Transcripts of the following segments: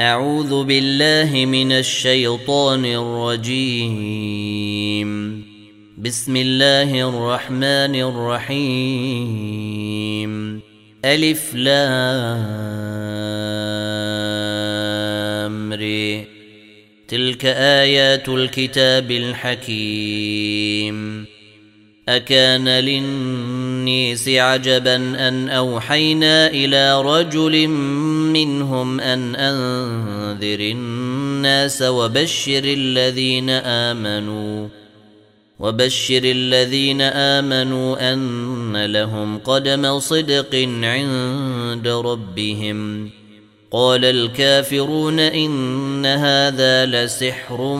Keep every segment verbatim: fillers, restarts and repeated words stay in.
أعوذ بالله من الشيطان الرجيم. بسم الله الرحمن الرحيم. ألف لام ر. تلك آيات الكتاب الحكيم. أكان للناس عجبا أن أوحينا إلى رجل منهم أن أنذر الناس وبشر الذين آمنوا وبشر الذين آمنوا أن لهم قدم صدق عند ربهم. قال الكافرون إن هذا لسحر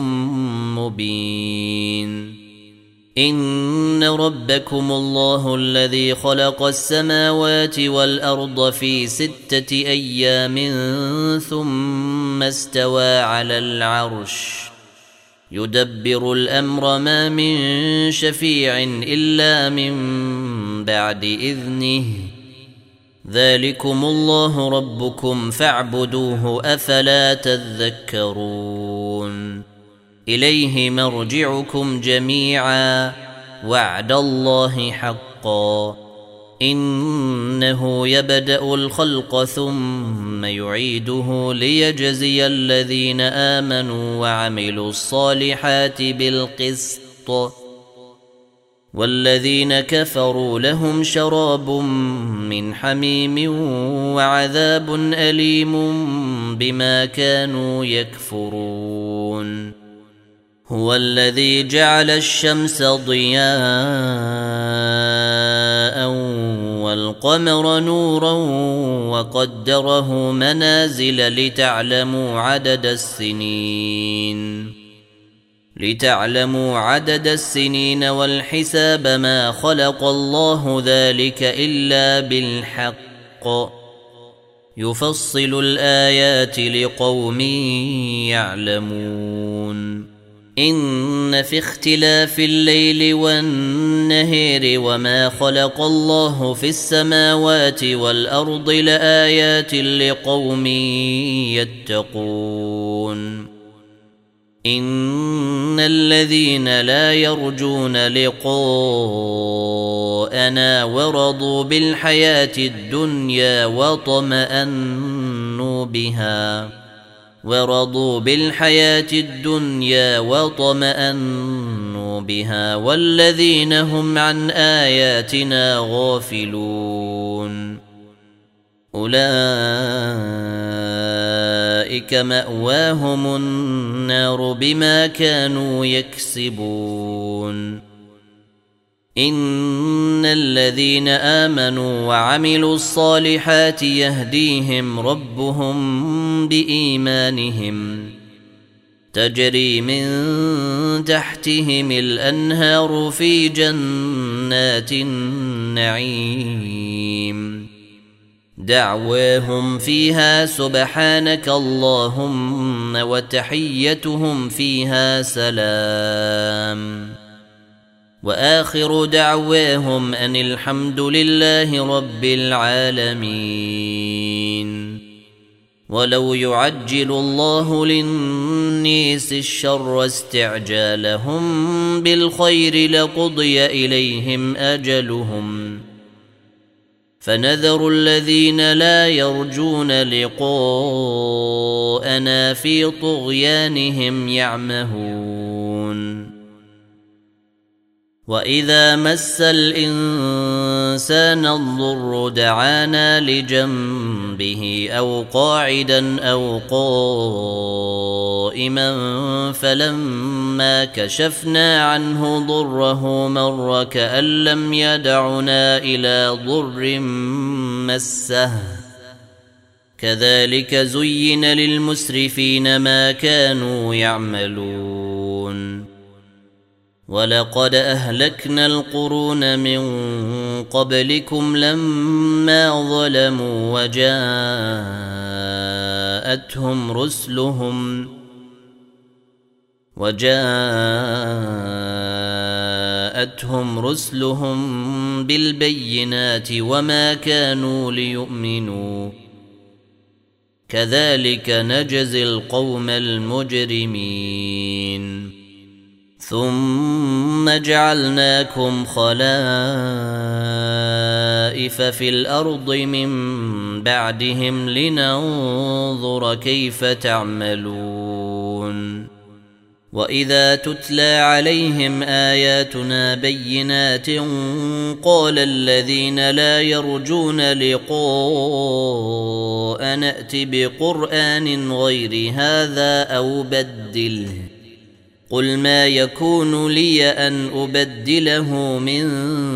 مبين. إن ربكم الله الذي خلق السماوات والأرض في ستة أيام ثم استوى على العرش يدبر الأمر ما من شفيع إلا من بعد إذنه. ذلكم الله ربكم فاعبدوه أفلا تذكرون. إليه مرجعكم جميعا وعد الله حقا. إنه يبدأ الخلق ثم يعيده ليجزي الذين آمنوا وعملوا الصالحات بالقسط والذين كفروا لهم شراب من حميم وعذاب أليم بما كانوا يكفرون. هو الذي جعل الشمس ضياء والقمر نورا وقدره منازل لتعلموا عدد السنين لتعلموا عدد السنين والحساب. ما خلق الله ذلك إلا بالحق يفصل الآيات لقوم يعلمون. إن في اختلاف الليل والنهار وما خلق الله في السماوات والأرض لآيات لقوم يتقون. إن الذين لا يرجون لقاءنا ورضوا بالحياة الدنيا وطمأنوا بها ورضوا بالحياة الدنيا وطمأنوا بها والذين هم عن آياتنا غافلون أولئك مأواهم النار بما كانوا يكسبون. إن الذين آمنوا وعملوا الصالحات يهديهم ربهم بإيمانهم تجري من تحتهم الأنهار في جنات النعيم. دعواهم فيها سبحانك اللهم وتحيتهم فيها سلام وآخر دعواهم أن الحمد لله رب العالمين. ولو يعجل الله للناس الشر استعجالهم بالخير لقضي إليهم أجلهم فنذر الذين لا يرجون لقاءنا في طغيانهم يعمهون. وإذا مس الإنسان الضر دعانا لجنبه أو قاعدا أو قائما فلما كشفنا عنه ضره مر كأن لم يدعنا إلى ضر مسه. كذلك زين للمسرفين ما كانوا يعملون. ولقد أهلكنا القرون من قبلكم لما ظلموا وجاءتهم رسلهم وجاءتهم رسلهم بالبينات وما كانوا ليؤمنوا كذلك نجزي القوم المجرمين ثم جعلناكم خلائف في الأرض من بعدهم لننظر كيف تعملون وإذا تتلى عليهم آياتنا بينات قال الذين لا يرجون لقاء نأت بقرآن غير هذا أو بدله قل ما يكون لي أن أبدله من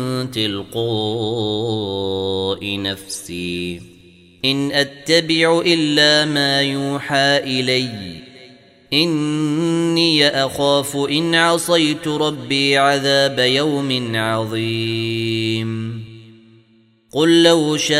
تلقاء نفسي إن أتبع إلا ما يوحى إلي إني أخاف إن عصيت ربي عذاب يوم عظيم قل لو شاء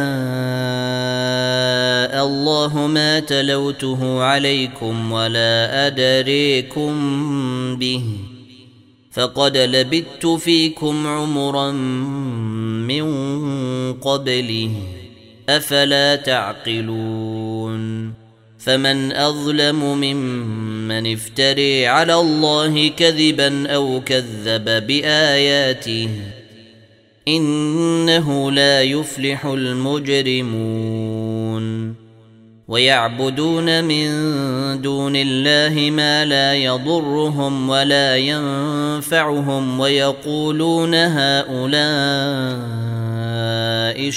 الله ما تلوته عليكم ولا أدريكم به فقد لبثت فيكم عمرا من قبله أفلا تعقلون فمن أظلم ممن افتري على الله كذبا أو كذب بآياته إنه لا يفلح المجرمون ويعبدون من دون الله ما لا يضرهم ولا ينفعهم ويقولون هؤلاء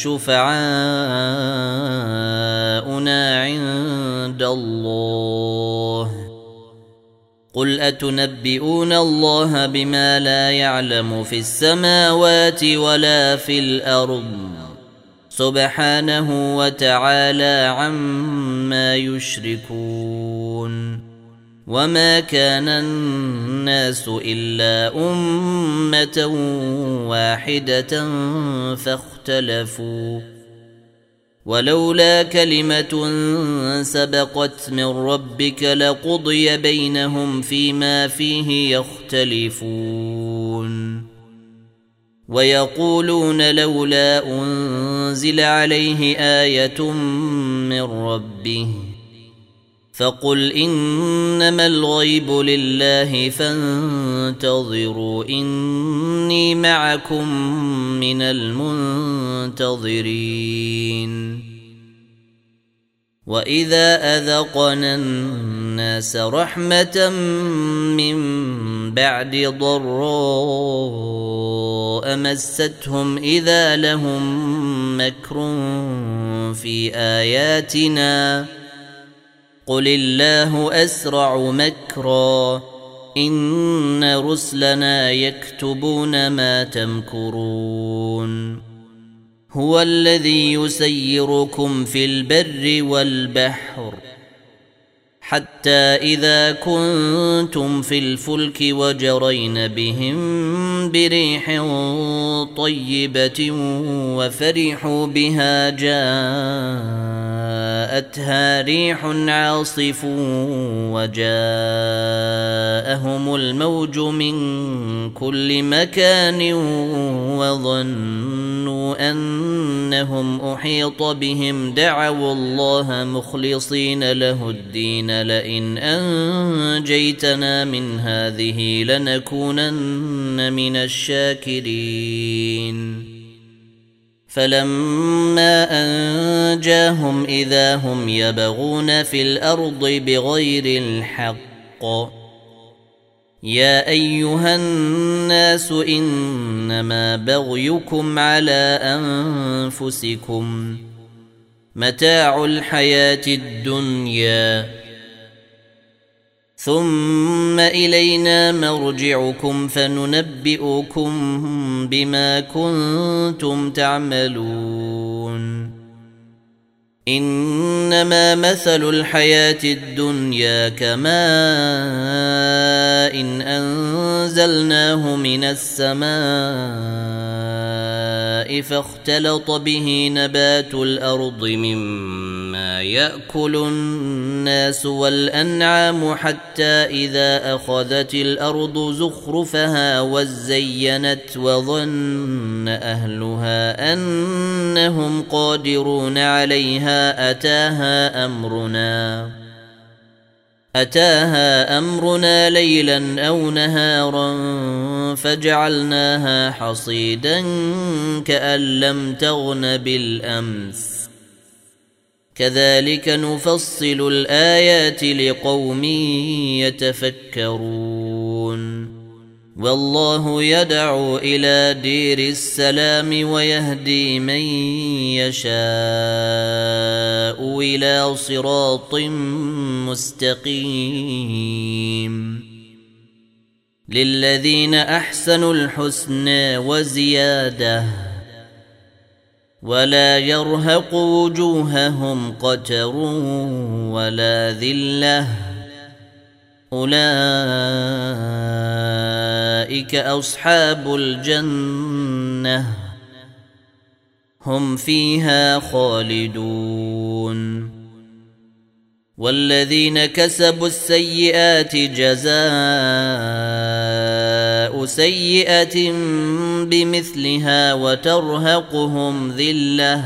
شفعاؤنا عند الله قل أتنبئون الله بما لا يعلم في السماوات ولا في الأرض سبحانه وتعالى عما يشركون وما كان الناس إلا أمة واحدة فاختلفوا ولولا كلمة سبقت من ربك لقضي بينهم فيما فيه يختلفون ويقولون لولا أنزل عليه آية من ربه فقل إنما الغيب لله فانتظروا إني معكم من المنتظرين وإذا أذقنا الناس رحمة من بعد ضراء مستهم إذا لهم مكر في آياتنا قل الله أسرع مكرا إن رسلنا يكتبون ما تمكرون هو الذي يسيركم في البر والبحر حتى إذا كنتم في الفلك وجرين بهم بريح طيبة وفرحوا بها جاءتها ريح عاصف وجاءهم الموج من كل مكان وظنوا أنهم أحيط بهم دعوا الله مخلصين له الدين لئن أنجيتنا من هذه لنكونن من الشاكرين فلما أنجاهم إذا هم يبغون في الأرض بغير الحق يا أيها الناس إنما بغيكم على أنفسكم متاع الحياة الدنيا ثم إلينا مرجعكم فننبئكم بما كنتم تعملون إنما مثل الحياة الدنيا كماء إن أنزلناه من السماء فاختلط به نبات الأرض مما يأكل الناس والأنعام حتى إذا أخذت الأرض زخرفها وزينت وظن أهلها أنهم قادرون عليها أتاها أمرنا أتاها أمرنا ليلا أو نهارا فجعلناها حصيدا كأن لم تغن بالأمس كذلك نفصل الآيات لقوم يتفكرون والله يدعو إلى دير السلام ويهدي من يشاء إلى صراط مستقيم للذين أحسنوا الحسنى وزيادة ولا يرهق وجوههم قتر ولا ذلة أولئك أصحاب الجنة هم فيها خالدون والذين كسبوا السيئات جزاء سيئة بمثلها وترهقهم ذلة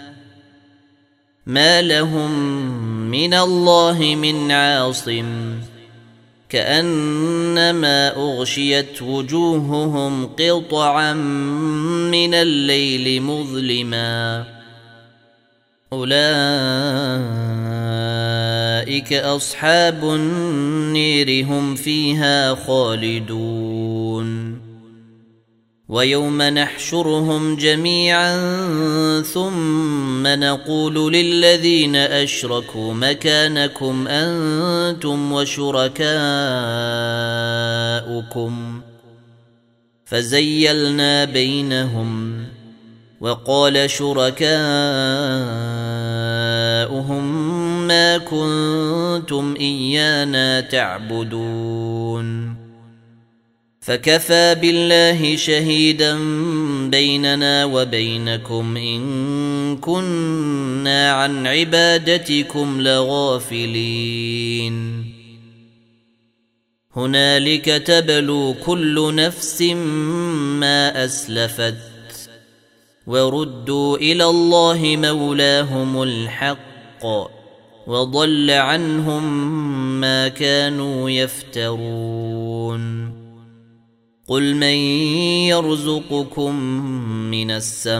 ما لهم من الله من عاصم كأنما أغشيت وجوههم قطعا من الليل مظلما أولئك أصحاب النير هم فيها خالدون ويوم نحشرهم جميعا ثم نقول للذين أشركوا مكانكم أنتم وشركاؤكم فزيلنا بينهم وقال شركاؤهم ما كنتم إيانا تعبدون فكفى بالله شهيدا بيننا وبينكم إن كنا عن عبادتكم لغافلين هنالك تبلو كل نفس ما أسلفت وردوا إلى الله مولاهم الحق وضل عنهم ما كانوا يفترون قل من يرزقكم من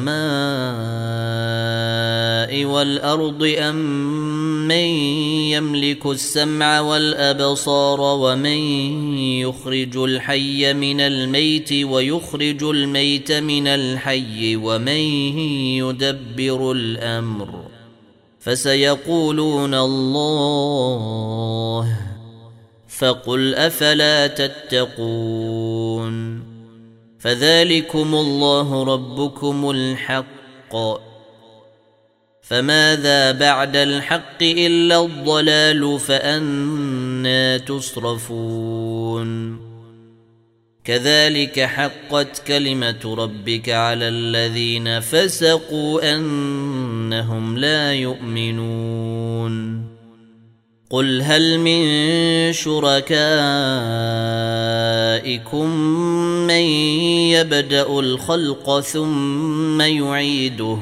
السماء والأرض أم من يملك السمع والأبصار ومن يخرج الحي من الميت ويخرج الميت من الحي ومن يدبر الأمر فسيقولون الله فقل أفلا تتقون فذلكم الله ربكم الحق فماذا بعد الحق إلا الضلال فأنى تصرفون كذلك حقت كلمة ربك على الذين فسقوا أنهم لا يؤمنون قل هل من شركائكم من يبدأ الخلق ثم يعيده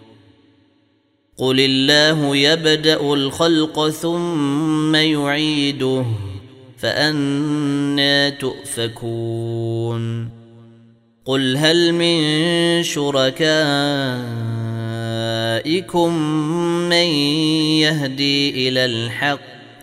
قل الله يبدأ الخلق ثم يعيده فأنى تؤفكون قل هل من شركائكم من يهدي إلى الحق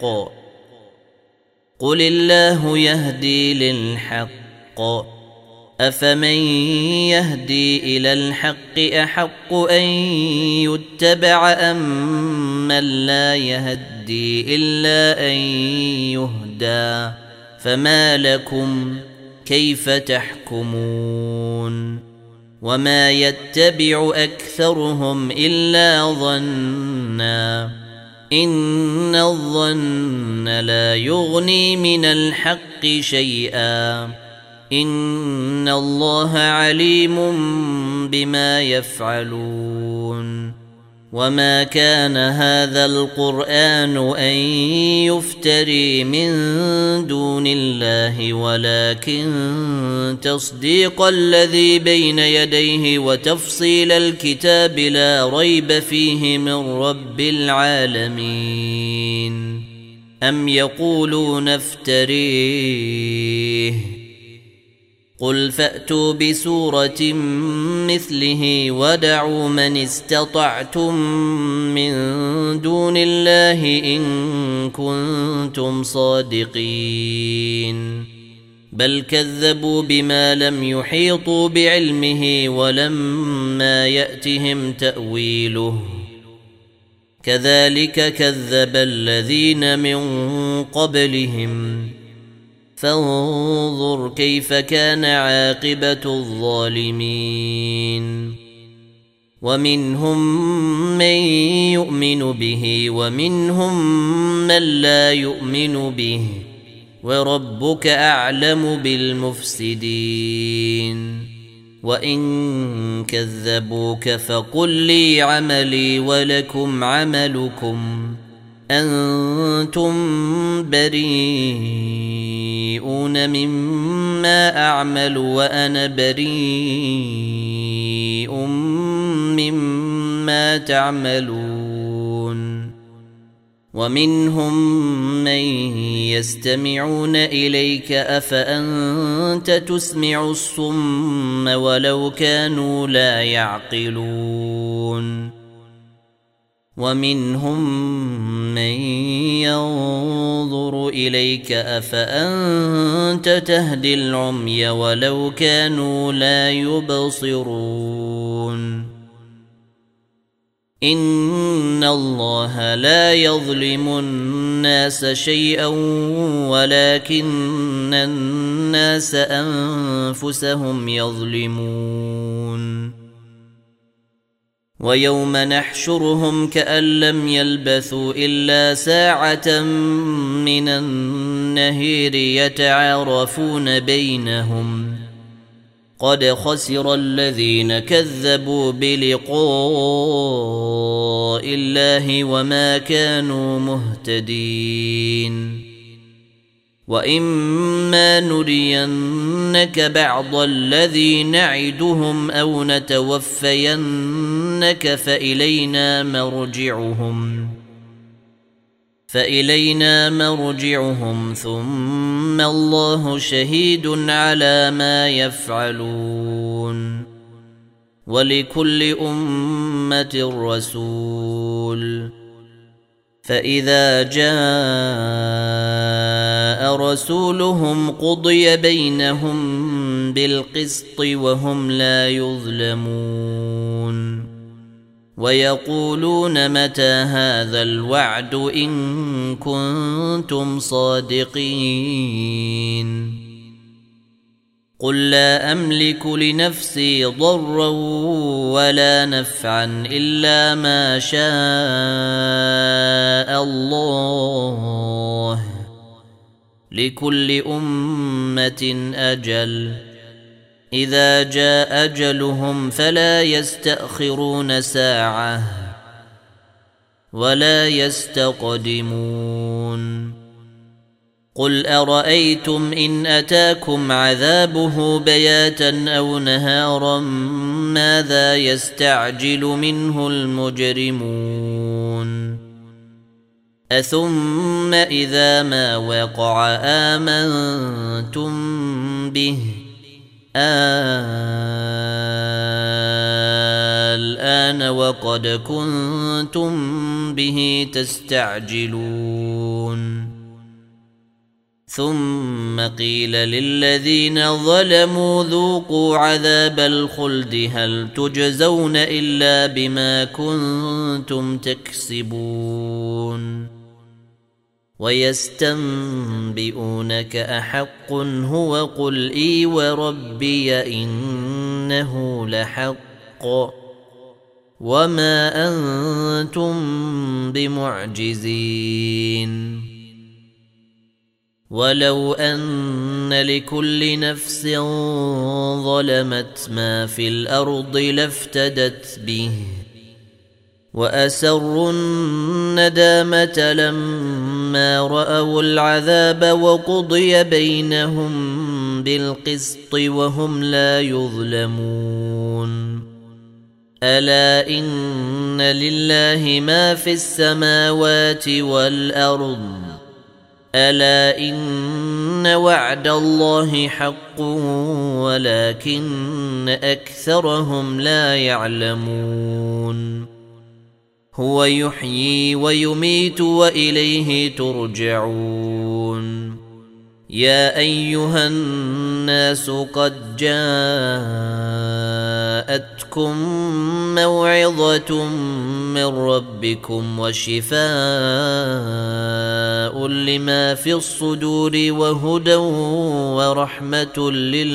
قل الله يهدي للحق أفمن يهدي إلى الحق أحق أن يتبع أم من لا يهدي إلا أن يهدى فما لكم كيف تحكمون وما يتبع أكثرهم إلا ظنا إن الظن لا يغني من الحق شيئا إن الله عليم بما يفعلون وما كان هذا القرآن أن يفتري من دون الله ولكن تصديق الذي بين يديه وتفصيل الكتاب لا ريب فيه من رب العالمين. أم يقولون افتريه قل فأتوا بسورة مثله ودعوا من استطعتم من دون الله إن كنتم صادقين بل كذبوا بما لم يحيطوا بعلمه ولما يأتهم تأويله كذلك كذب الذين من قبلهم فانظر كيف كان عاقبة الظالمين. ومنهم من يؤمن به ومنهم من لا يؤمن به وربك أعلم بالمفسدين. وإن كذبوك فقل لي عملي ولكم عملكم أنتم بريئون مما أعمل وأنا بريء مما تعملون. ومنهم من يستمعون إليك أفأنت تسمع الصم ولو كانوا لا يعقلون. ومنهم من ينظر إليك أفأنت تهدي العمي ولو كانوا لا يبصرون. إن الله لا يظلم الناس شيئا ولكن الناس أنفسهم يظلمون. ويوم نحشرهم كأن لم يلبثوا إلا ساعة من النهير يتعارفون بينهم قد خسر الذين كذبوا بلقاء الله وما كانوا مهتدين. وإما نرينك بعض الذي نعدهم أو نتوفينك فإلينا مرجعهم فإلينا مرجعهم ثم الله شهيد على ما يفعلون. ولكل أمة رسول فإذا جاء رسولهم قضي بينهم بالقسط وهم لا يظلمون. ويقولون متى هذا الوعد إن كنتم صادقين قل لا أملك لنفسي ضرا ولا نفعا إلا ما شاء الله لكل أمة أجل إذا جاء أجلهم فلا يستأخرون ساعة ولا يستقدمون. قل أرأيتم إن أتاكم عذابه بياتا أو نهارا ماذا يستعجل منه المجرمون أثم إذا ما وقع آمنتم به الآن وقد كنتم به تستعجلون. ثم قيل للذين ظلموا ذوقوا عذاب الخلد هل تجزون إلا بما كنتم تكسبون. ويستنبئونك أحق هو قل إي وربي إنه لحق وما أنتم بمعجزين. ولو أن لكل نفس ظلمت ما في الأرض لافتدت به وأسروا الندامة لما رأوا العذاب وقضي بينهم بالقسط وهم لا يظلمون ألا إن لله ما في السماوات والأرض ألا إن وعد الله حق ولكن أكثرهم لا يعلمون هو يحيي ويميت وإليه ترجعون يا أيها الناس قد جاءتكم موعظة من ربكم وشفاء لما في الصدور وهدى ورحمة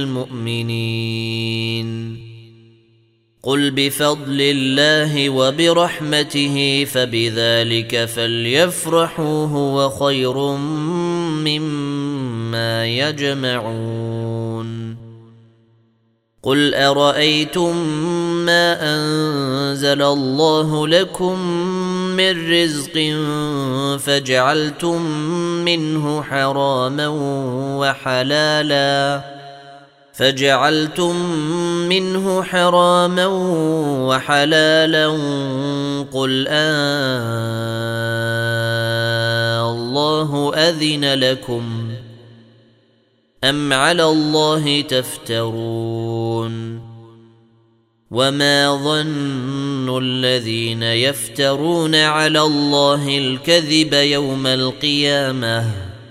للمؤمنين قل بفضل الله وبرحمته فبذلك فليفرحوا هو خير مما يجمعون قل أرأيتم ما أنزل الله لكم من رزق فجعلتم منه حراما وحلالا فجعلتم منه حراما وحلالا قل آه الله أذن لكم أم على الله تفترون وما ظن الذين يفترون على الله الكذب يوم القيامة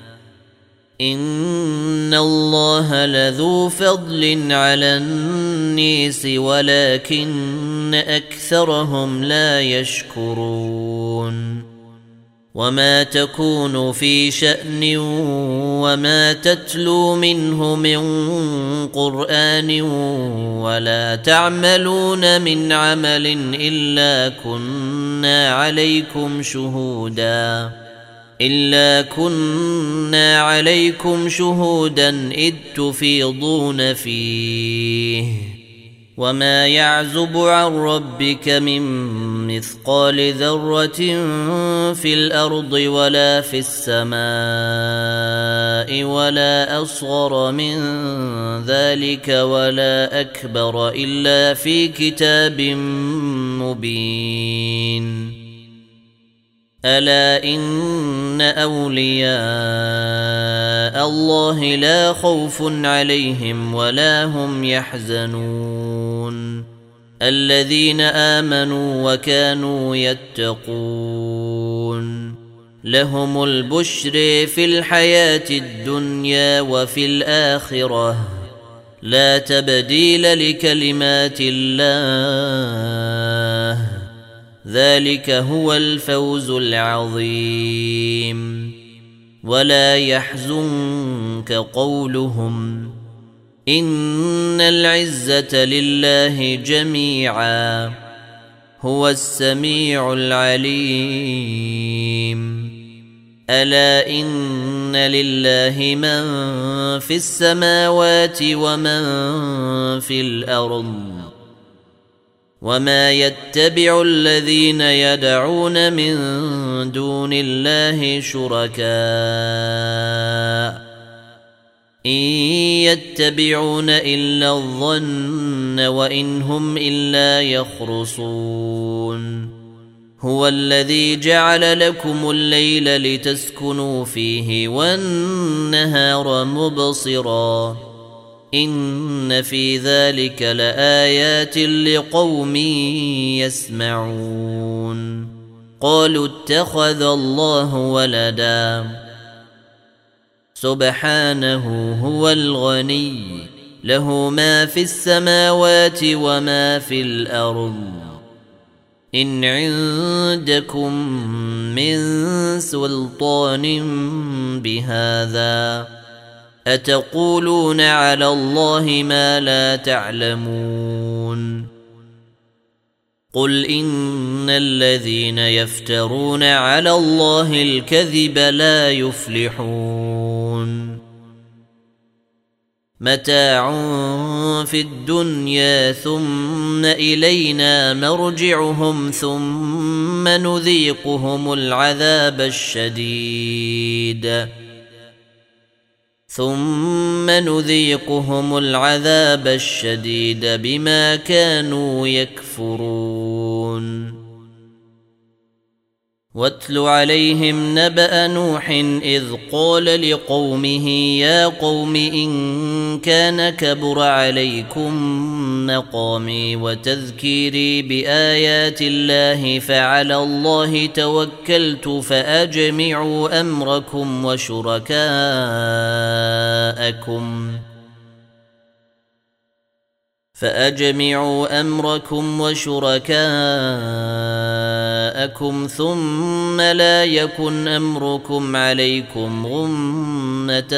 إن الله لذو فضل على الناس ولكن أكثرهم لا يشكرون وما تكون في شأن وما تتلو منه من قرآن ولا تعملون من عمل إلا كنا عليكم شهوداً إلا كنا عليكم شهودا إذ تفيضون فيه وما يعزب عن ربك من مثقال ذرة في الأرض ولا في السماء ولا أصغر من ذلك ولا أكبر إلا في كتاب مبين ألا إن أولياء الله لا خوف عليهم ولا هم يحزنون الذين آمنوا وكانوا يتقون لهم البشر في الحياة الدنيا وفي الآخرة لا تبديل لكلمات الله ذلك هو الفوز العظيم ولا يحزنك قولهم إن العزة لله جميعا هو السميع العليم ألا إن لله من في السماوات ومن في الأرض وما يتبع الذين يدعون من دون الله شركاء إن يتبعون إلا الظن وإن هم إلا يخرصون هو الذي جعل لكم الليل لتسكنوا فيه والنهار مبصراً إن في ذلك لآيات لقوم يسمعون قالوا اتخذ الله ولدا سبحانه هو الغني له ما في السماوات وما في الأرض إن عندكم من سلطان بهذا أتقولون على الله ما لا تعلمون قل إن الذين يفترون على الله الكذب لا يفلحون متاع في الدنيا ثم إلينا مرجعهم ثم نذيقهم العذاب الشديد ثم نذيقهم العذاب الشديد بما كانوا يكفرون. واتل عليهم نبأ نوح إذ قال لقومه يا قوم إن كان كبر عليكم مقامي وتذكيري بآيات الله فعلى الله توكلت فأجمعوا أمركم وشركاءكم فأجمعوا أمركم وشركاءكم ثم لا يكن أمركم عليكم غمة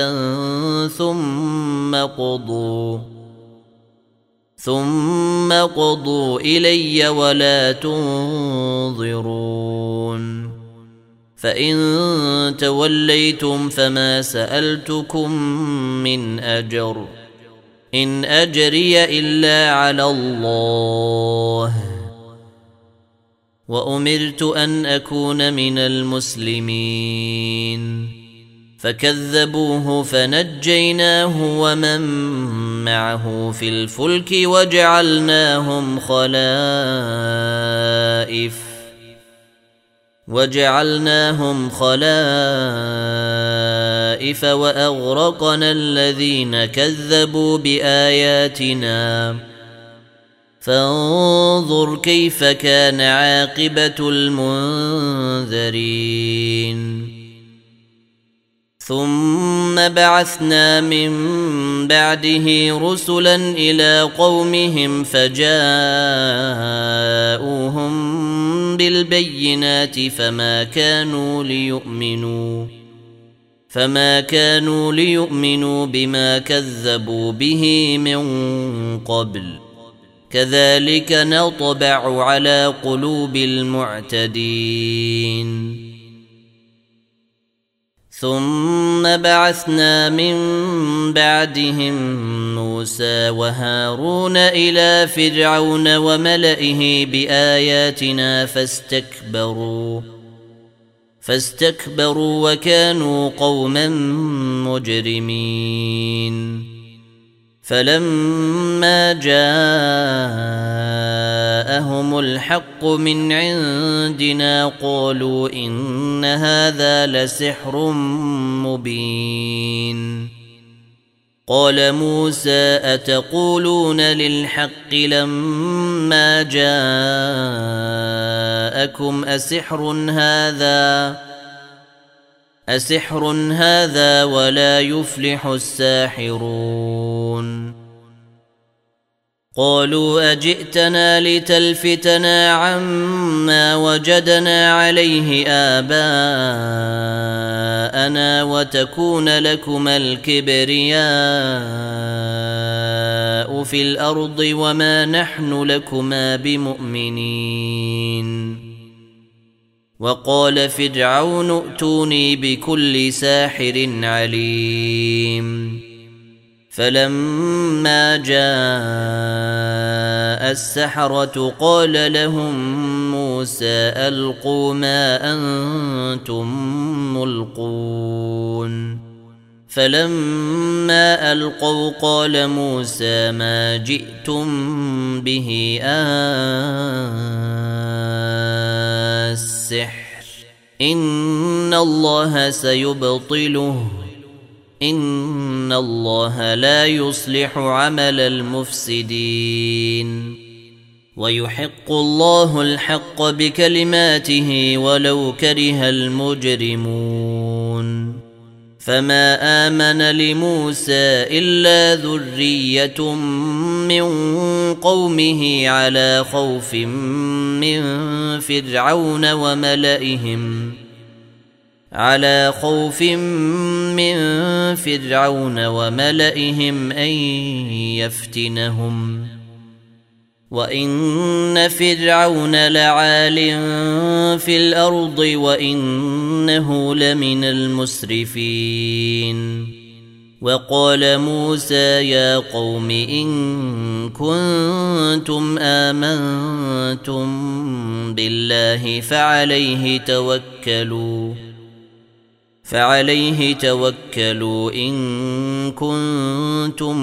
ثم قضوا ثم قضوا إلي ولا تنظرون. فإن توليتم فما سألتكم من أجر إن أجري إلا على الله وأمرت أن أكون من المسلمين. فكذبوه فنجيناه ومن معه في الفلك وجعلناهم خلائف وجعلناهم خلائف وأغرقنا الذين كذبوا بآياتنا فانظر كيف كان عاقبة المنذرين. ثم بعثنا من بعده رسلا إلى قومهم فجاءوهم بالبينات فما كانوا ليؤمنوا فما كانوا ليؤمنوا بما كذبوا به من قبل كذلك نطبع على قلوب المعتدين. ثم بعثنا من بعدهم موسى وهارون إلى فرعون وملئه بآياتنا فاستكبروا فاستكبروا وكانوا قوما مجرمين. فلما جاءهم الحق من عندنا قالوا إن هذا لسحر مبين. قال موسى أتقولون للحق لما جاءكم أسحر هذا أسحر هذا ولا يفلح الساحرون. قالوا أجئتنا لتلفتنا عما وجدنا عليه آباءنا وتكون لكما الكبرياء في الأرض وما نحن لكما بمؤمنين. وقال فرعون ائتوني بكل ساحر عليم. فلما جاء السحرة قال لهم موسى ألقوا ما أنتم ملقون. فلما ألقوا قال موسى ما جئتم به السحر إن الله سيبطله إن الله لا يصلح عمل المفسدين. ويحق الله الحق بكلماته ولو كره المجرمون. فما آمن لموسى إلا ذرية من قومه على خوف من فرعون وملئهم على خوف من فرعون وملئهم أن يفتنهم وإن فرعون لعال في الأرض وإنه لمن المسرفين. وقال موسى يا قوم إن كنتم آمنتم بالله فعليه توكلوا فعليه توكلوا إن كنتم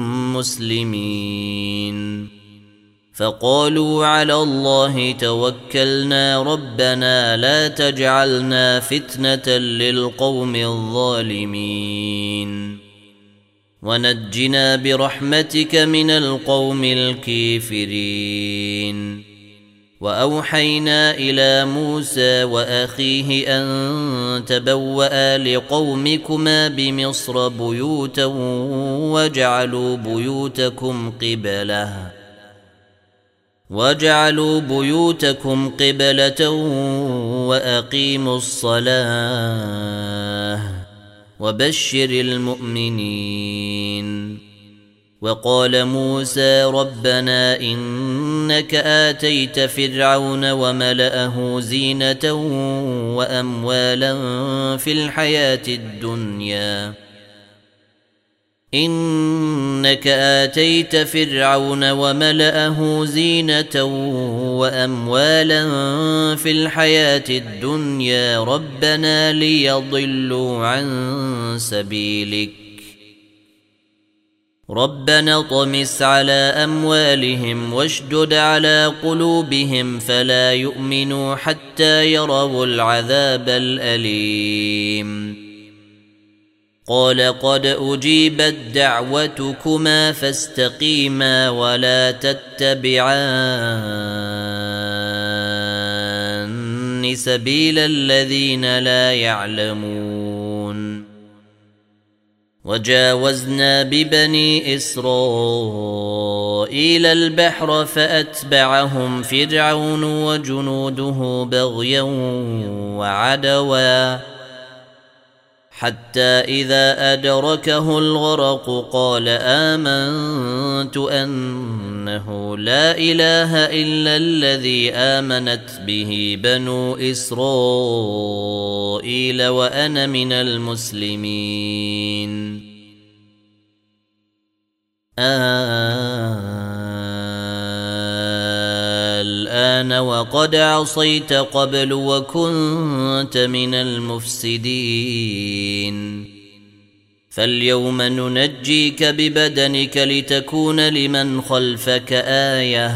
مسلمين فقالوا على الله توكلنا ربنا لا تجعلنا فتنة للقوم الظالمين ونجنا برحمتك من القوم الكافرين وأوحينا إلى موسى وأخيه أن تبوأ لقومكما بمصر بيوتا وجعلوا بيوتكم قبلة وجعلوا بيوتكم قبلة وأقيموا الصلاة وبشر المؤمنين وقال موسى ربنا إنك آتيت فرعون وملأه زينة وأموالا في الحياة الدنيا إنك آتيت فرعون وملأه زينة وأموالا في الحياة الدنيا ربنا ليضلوا عن سبيلك ربنا طمس على أموالهم واشدد على قلوبهم فلا يؤمنوا حتى يروا العذاب الأليم قال قد أجيبت دعوتكما فاستقيما ولا تتبعان سبيل الذين لا يعلمون وجاوزنا ببني إسرائيل البحر فأتبعهم فرعون وجنوده بغيا وعدوا حتى إذا أدركه الغرق قال آمنت أنه لا إله إلا الذي آمنت به بنو إسرائيل وأنا من المسلمين الآن وقد عصيت قبل وكنت من المفسدين فاليوم ننجيك ببدنك لتكون لمن خلفك آية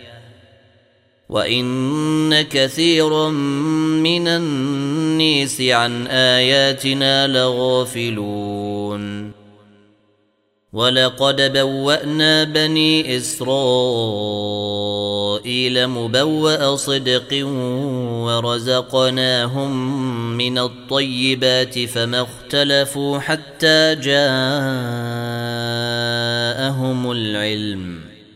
وإن كثيرا من الناس عن آياتنا لغافلون ولقد بوأنا بني إسرائيل مبوأ صدق ورزقناهم من الطيبات فما اختلفوا حتى جاءهم العلم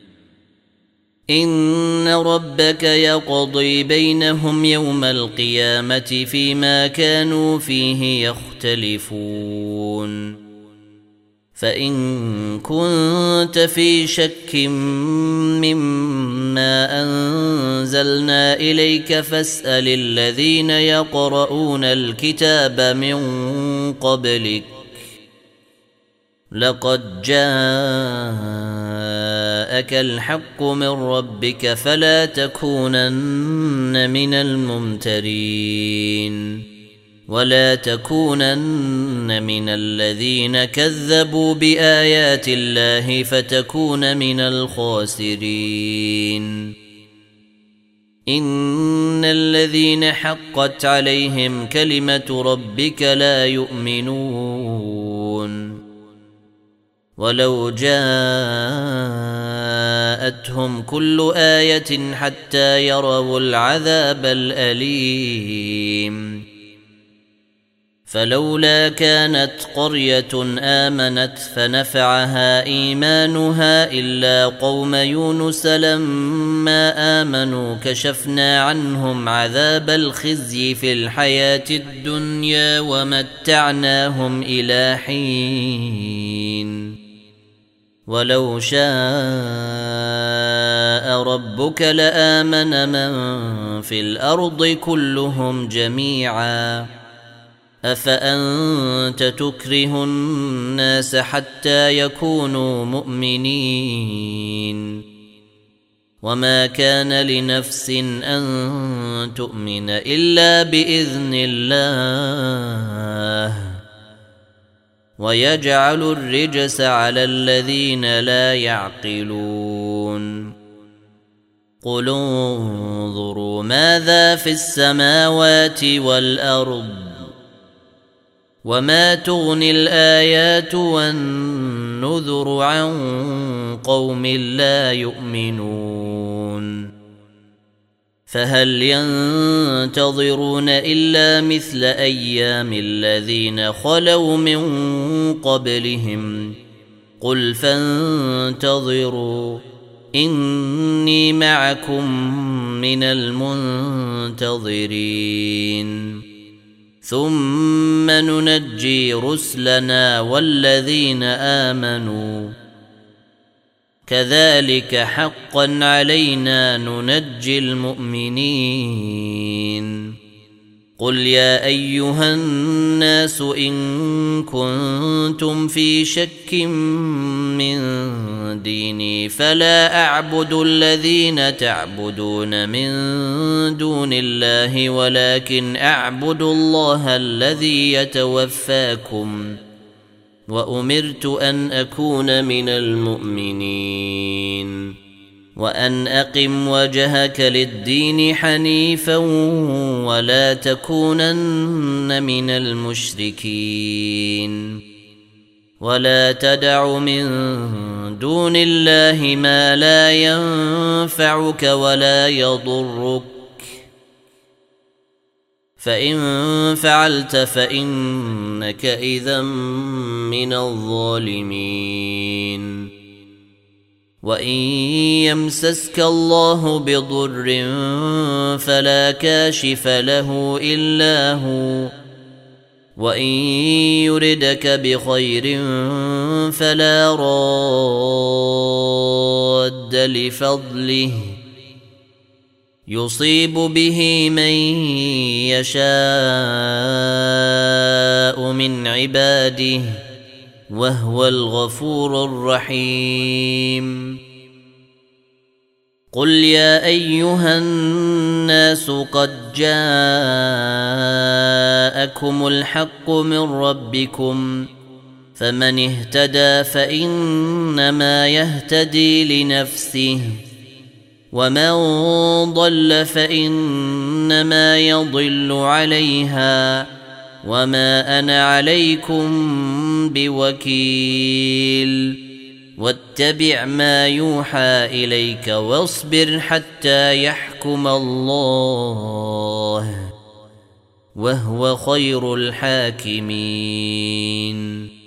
إن ربك يقضي بينهم يوم القيامة فيما كانوا فيه يختلفون فإن كنت في شك مما أنزلنا إليك فاسأل الذين يقرؤون الكتاب من قبلك لقد جاءك الحق من ربك فلا تكونن من الممترين ولا تكونن من الذين كذبوا بآيات الله فتكون من الخاسرين إن الذين حقت عليهم كلمة ربك لا يؤمنون ولو جاءتهم كل آية حتى يروا العذاب الأليم فلولا كانت قرية آمنت فنفعها إيمانها إلا قوم يونس لما آمنوا كشفنا عنهم عذاب الخزي في الحياة الدنيا ومتعناهم إلى حين ولو شاء ربك لآمن من في الأرض كلهم جميعا أفأنت تكره الناس حتى يكونوا مؤمنين وما كان لنفس أن تؤمن إلا بإذن الله ويجعل الرجس على الذين لا يعقلون قل انظروا ماذا في السماوات والأرض وما تغني الآيات والنذر عن قوم لا يؤمنون فهل ينتظرون إلا مثل أيام الذين خلوا من قبلهم قل فانتظروا إني معكم من المنتظرين ثم ننجي رسلنا والذين آمنوا كذلك حقا علينا ننجي المؤمنين قل يا أيها الناس إن كنتم في شك من ديني فلا أعبد الذين تعبدون من دون الله ولكن أعبد الله الذي يتوفاكم وأمرت أن أكون من المؤمنين وأن أقم وجهك للدين حنيفا ولا تكونن من المشركين ولا تدع من دون الله ما لا ينفعك ولا يضرك فإن فعلت فإنك إذا من الظالمين وإن يمسسك الله بضر فلا كاشف له إلا هو وإن يردك بخير فلا راد لفضله يصيب به من يشاء من عباده وهو الغفور الرحيم قل يا أيها الناس قد جاءكم الحق من ربكم فمن اهتدى فإنما يهتدي لنفسه ومن ضل فإنما يضل عليها وما أنا عليكم بوكيل واتبع ما يوحى إليك واصبر حتى يحكم الله وهو خير الحاكمين